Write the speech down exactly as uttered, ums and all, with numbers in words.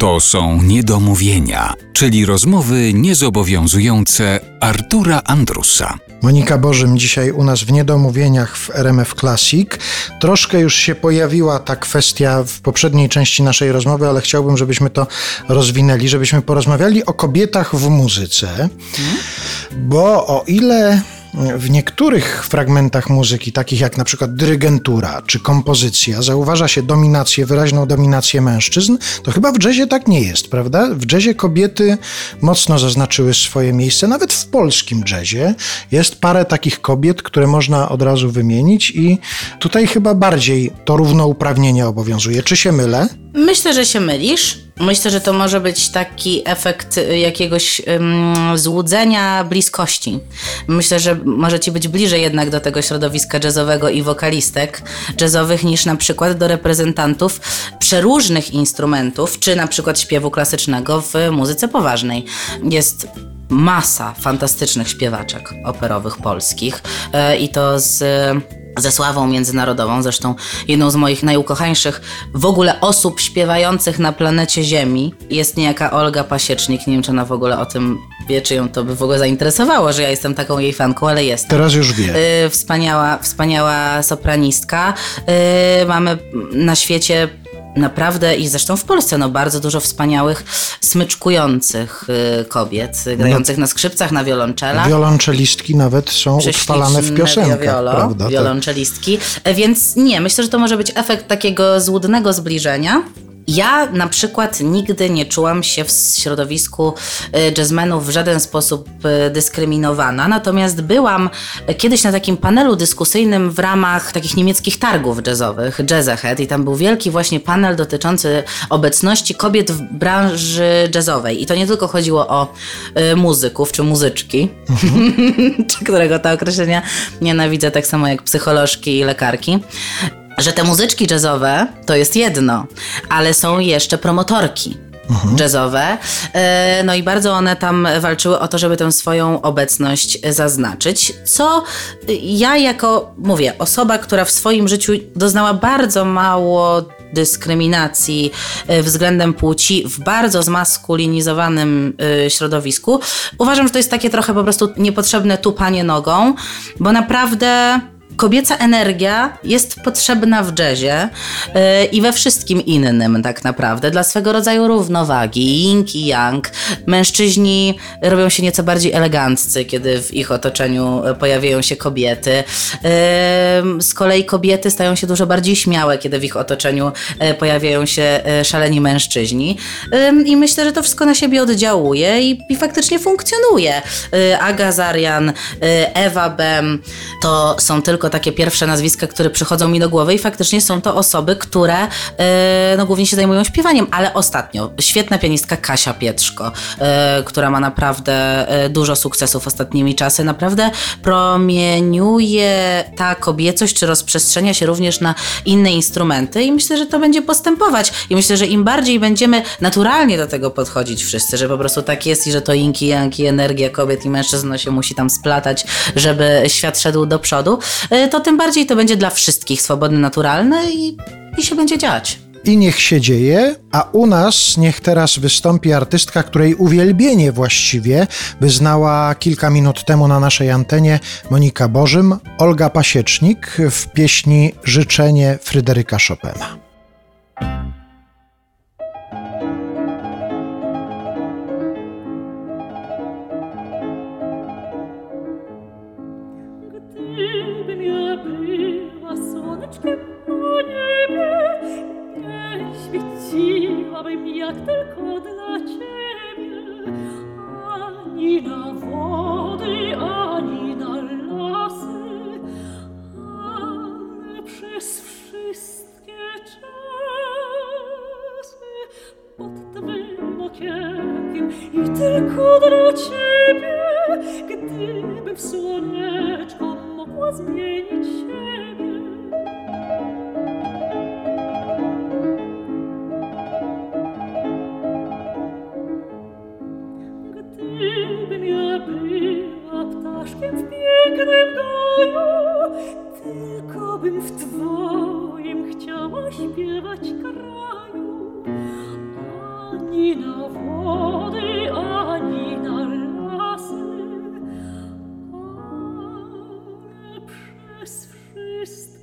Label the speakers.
Speaker 1: To są niedomówienia, czyli rozmowy niezobowiązujące Artura Andrusa.
Speaker 2: Monika Bożym dzisiaj u nas w Niedomówieniach w R M F Classic. Troszkę już się pojawiła ta kwestia w poprzedniej części naszej rozmowy, ale chciałbym, żebyśmy to rozwinęli, żebyśmy porozmawiali o kobietach w muzyce, hmm? bo o ile w niektórych fragmentach muzyki, takich jak na przykład dyrygentura czy kompozycja, zauważa się dominację, wyraźną dominację mężczyzn, to chyba w jazzie tak nie jest, prawda? W jazzie kobiety mocno zaznaczyły swoje miejsce. Nawet w polskim jazzie jest parę takich kobiet, które można od razu wymienić i tutaj chyba bardziej to równouprawnienie obowiązuje. Czy się mylę?
Speaker 3: Myślę, że się mylisz. Myślę, że to może być taki efekt jakiegoś um, złudzenia bliskości. Myślę, że może ci być bliżej jednak do tego środowiska jazzowego i wokalistek jazzowych niż na przykład do reprezentantów przeróżnych instrumentów, czy na przykład śpiewu klasycznego w muzyce poważnej. Jest masa fantastycznych śpiewaczek operowych polskich yy, i to z... ze sławą międzynarodową, zresztą jedną z moich najukochańszych w ogóle osób śpiewających na planecie Ziemi jest niejaka Olga Pasiecznik. Nie wiem, czy ona w ogóle o tym wie, czy ją to by w ogóle zainteresowało, że ja jestem taką jej fanką, ale jestem.
Speaker 2: Teraz już wie.
Speaker 3: Yy, wspaniała, wspaniała sopranistka. Yy, mamy na świecie naprawdę i zresztą w Polsce no bardzo dużo wspaniałych, smyczkujących y, kobiet, y, grających no, na skrzypcach, na wiolonczelach.
Speaker 2: Wiolonczelistki nawet są utrwalane w piosenkach,
Speaker 3: wiolo,
Speaker 2: prawda?
Speaker 3: Wiolonczelistki. Więc nie, myślę, że to może być efekt takiego złudnego zbliżenia. Ja na przykład nigdy nie czułam się w środowisku jazzmenów w żaden sposób dyskryminowana, natomiast byłam kiedyś na takim panelu dyskusyjnym w ramach takich niemieckich targów jazzowych, Jazz Ahead, i tam był wielki właśnie panel dotyczący obecności kobiet w branży jazzowej. I to nie tylko chodziło o y, muzyków czy muzyczki, mhm. czy którego to określenia nienawidzę tak samo jak psycholożki i lekarki, że te muzyczki jazzowe to jest jedno, ale są jeszcze promotorki mhm. jazzowe. No i bardzo one tam walczyły o to, żeby tę swoją obecność zaznaczyć, co ja jako, mówię, osoba, która w swoim życiu doznała bardzo mało dyskryminacji względem płci w bardzo zmaskulinizowanym środowisku, uważam, że to jest takie trochę po prostu niepotrzebne tupanie nogą, bo naprawdę kobieca energia jest potrzebna w jazzie yy, i we wszystkim innym tak naprawdę, dla swego rodzaju równowagi, yin i yang. Mężczyźni robią się nieco bardziej eleganccy, kiedy w ich otoczeniu pojawiają się kobiety. Yy, z kolei kobiety stają się dużo bardziej śmiałe, kiedy w ich otoczeniu yy, pojawiają się yy, szaleni mężczyźni. Yy, I myślę, że to wszystko na siebie oddziałuje i, i faktycznie funkcjonuje. Yy, Aga Zarian, yy, Ewa Bem, to są tylko takie pierwsze nazwiska, które przychodzą mi do głowy i faktycznie są to osoby, które yy, no, głównie się zajmują śpiewaniem, ale ostatnio świetna pianistka Kasia Pietrzko, yy, która ma naprawdę yy, dużo sukcesów ostatnimi czasy, naprawdę promieniuje ta kobiecość, czy rozprzestrzenia się również na inne instrumenty i myślę, że to będzie postępować i myślę, że im bardziej będziemy naturalnie do tego podchodzić wszyscy, że po prostu tak jest i że to yin i yang i energia kobiet i mężczyzn no, się musi tam splatać, żeby świat szedł do przodu, to tym bardziej to będzie dla wszystkich swobodne, naturalne i, i się będzie dziać.
Speaker 2: I niech się dzieje, a u nas niech teraz wystąpi artystka, której uwielbienie właściwie wyznała kilka minut temu na naszej antenie Monika Bożym, Olga Pasiecznik w pieśni Życzenie Fryderyka Chopina.
Speaker 4: Gdybym ja była słoneczkiem na niebie, nie świeciłabym jak tylko dla ciebie, ani na wody, ani na lasy, ale przez wszystkie czasy pod twym okienkiem i tylko dla ciebie, gdybym w słoneczko mogła zmienić siebie. Gdybym ja była ptaszkiem w pięknym gaju, tylko bym w twoim chciała śpiewać kraju, ani na wody, ani na lasy, ale przez wszystko